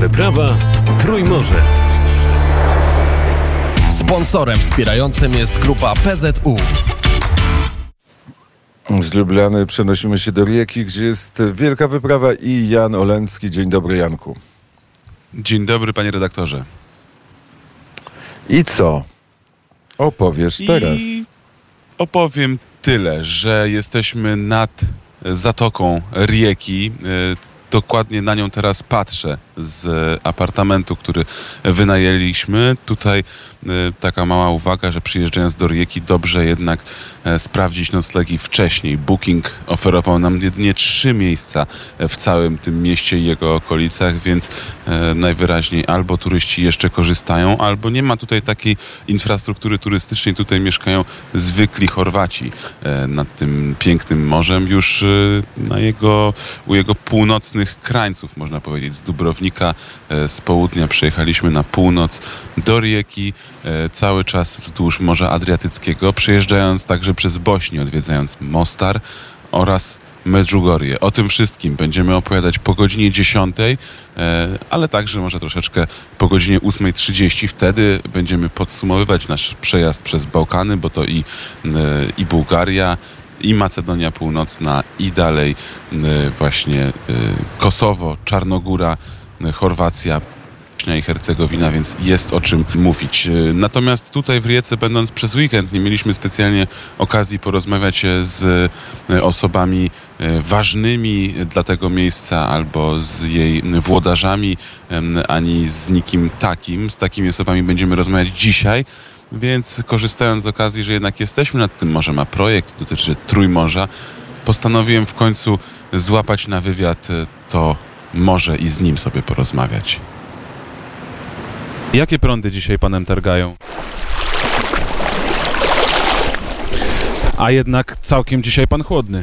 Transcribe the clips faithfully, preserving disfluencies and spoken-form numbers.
wyprawa Trójmorze. Sponsorem wspierającym jest grupa P Z U. Z Lublany przenosimy się do Rijeki, gdzie jest wielka wyprawa i Jan Olencki. Dzień dobry, Janku. Dzień dobry, panie redaktorze. I co? Opowiesz teraz. I opowiem tyle, że jesteśmy nad zatoką Rijeki. Dokładnie na nią teraz patrzę z apartamentu, który wynajęliśmy. Tutaj e, taka mała uwaga, że przyjeżdżając do Rijeki dobrze jednak e, sprawdzić noclegi wcześniej. Booking oferował nam jedynie trzy miejsca w całym tym mieście i jego okolicach, więc e, najwyraźniej albo turyści jeszcze korzystają, albo nie ma tutaj takiej infrastruktury turystycznej. Tutaj mieszkają zwykli Chorwaci e, nad tym pięknym morzem, już e, na jego, u jego północnych krańców, można powiedzieć, z Dubrownika. Z południa przejechaliśmy na północ do Rijeki, cały czas wzdłuż Morza Adriatyckiego, przejeżdżając także przez Bośnię, odwiedzając Mostar oraz Medjugorje. O tym wszystkim będziemy opowiadać po godzinie dziesiątej, ale także może troszeczkę po godzinie ósmej trzydzieści. Wtedy będziemy podsumowywać nasz przejazd przez Bałkany, bo to i, i Bułgaria, i Macedonia Północna, i dalej właśnie Kosowo, Czarnogóra, Chorwacja, Bośnia i Hercegowina, więc jest o czym mówić. Natomiast tutaj w Rijece, będąc przez weekend, nie mieliśmy specjalnie okazji porozmawiać z osobami ważnymi dla tego miejsca albo z jej włodarzami, ani z nikim takim. Z takimi osobami będziemy rozmawiać dzisiaj. Więc korzystając z okazji, że jednak jesteśmy nad tym morzem, a projekt dotyczy Trójmorza, postanowiłem w końcu złapać na wywiad to morze i z nim sobie porozmawiać. Jakie prądy dzisiaj panem targają? A jednak całkiem dzisiaj pan chłodny.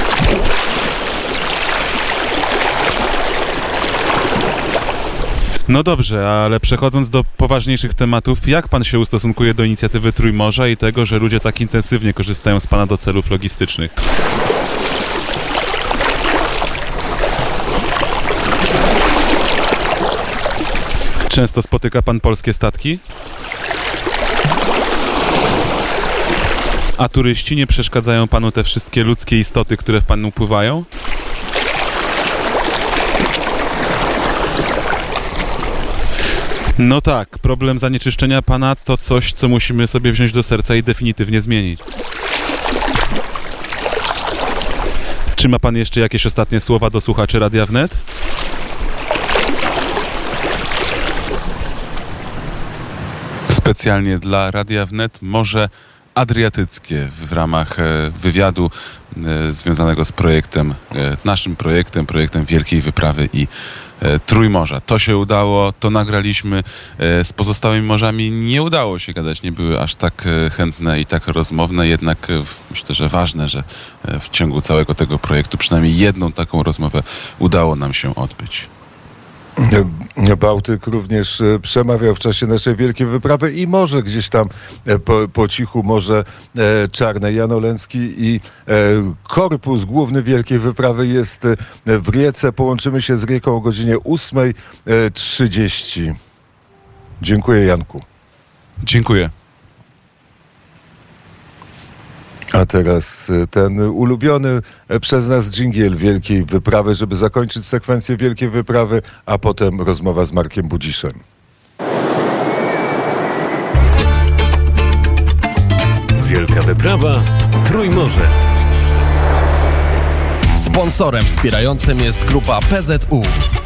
No dobrze, ale przechodząc do poważniejszych tematów, jak pan się ustosunkuje do inicjatywy Trójmorza i tego, że ludzie tak intensywnie korzystają z pana do celów logistycznych? Często spotyka pan polskie statki? A turyści nie przeszkadzają panu te wszystkie ludzkie istoty, które w panu pływają? No tak, problem zanieczyszczenia pana to coś, co musimy sobie wziąć do serca i definitywnie zmienić. Czy ma pan jeszcze jakieś ostatnie słowa do słuchaczy Radia Wnet? Specjalnie dla Radia Wnet Morze Adriatyckie w ramach wywiadu związanego z projektem, naszym projektem, projektem Wielkiej Wyprawy i Trójmorza. To się udało, to nagraliśmy. Z pozostałymi morzami nie udało się gadać, nie były aż tak chętne i tak rozmowne, jednak myślę, że ważne, że w ciągu całego tego projektu przynajmniej jedną taką rozmowę udało nam się odbyć. Bałtyk również przemawiał w czasie naszej wielkiej wyprawy i może gdzieś tam po, po cichu Morze Czarne. Jan Olencki i korpus główny wielkiej wyprawy jest w Rijece. Połączymy się z Rijeką o godzinie ósmej trzydzieści. Dziękuję, Janku. Dziękuję. A teraz ten ulubiony przez nas dżingiel Wielkiej Wyprawy, żeby zakończyć sekwencję Wielkiej Wyprawy, a potem rozmowa z Markiem Budziszem. Wielka Wyprawa Trójmorze. Sponsorem wspierającym jest grupa P Z U.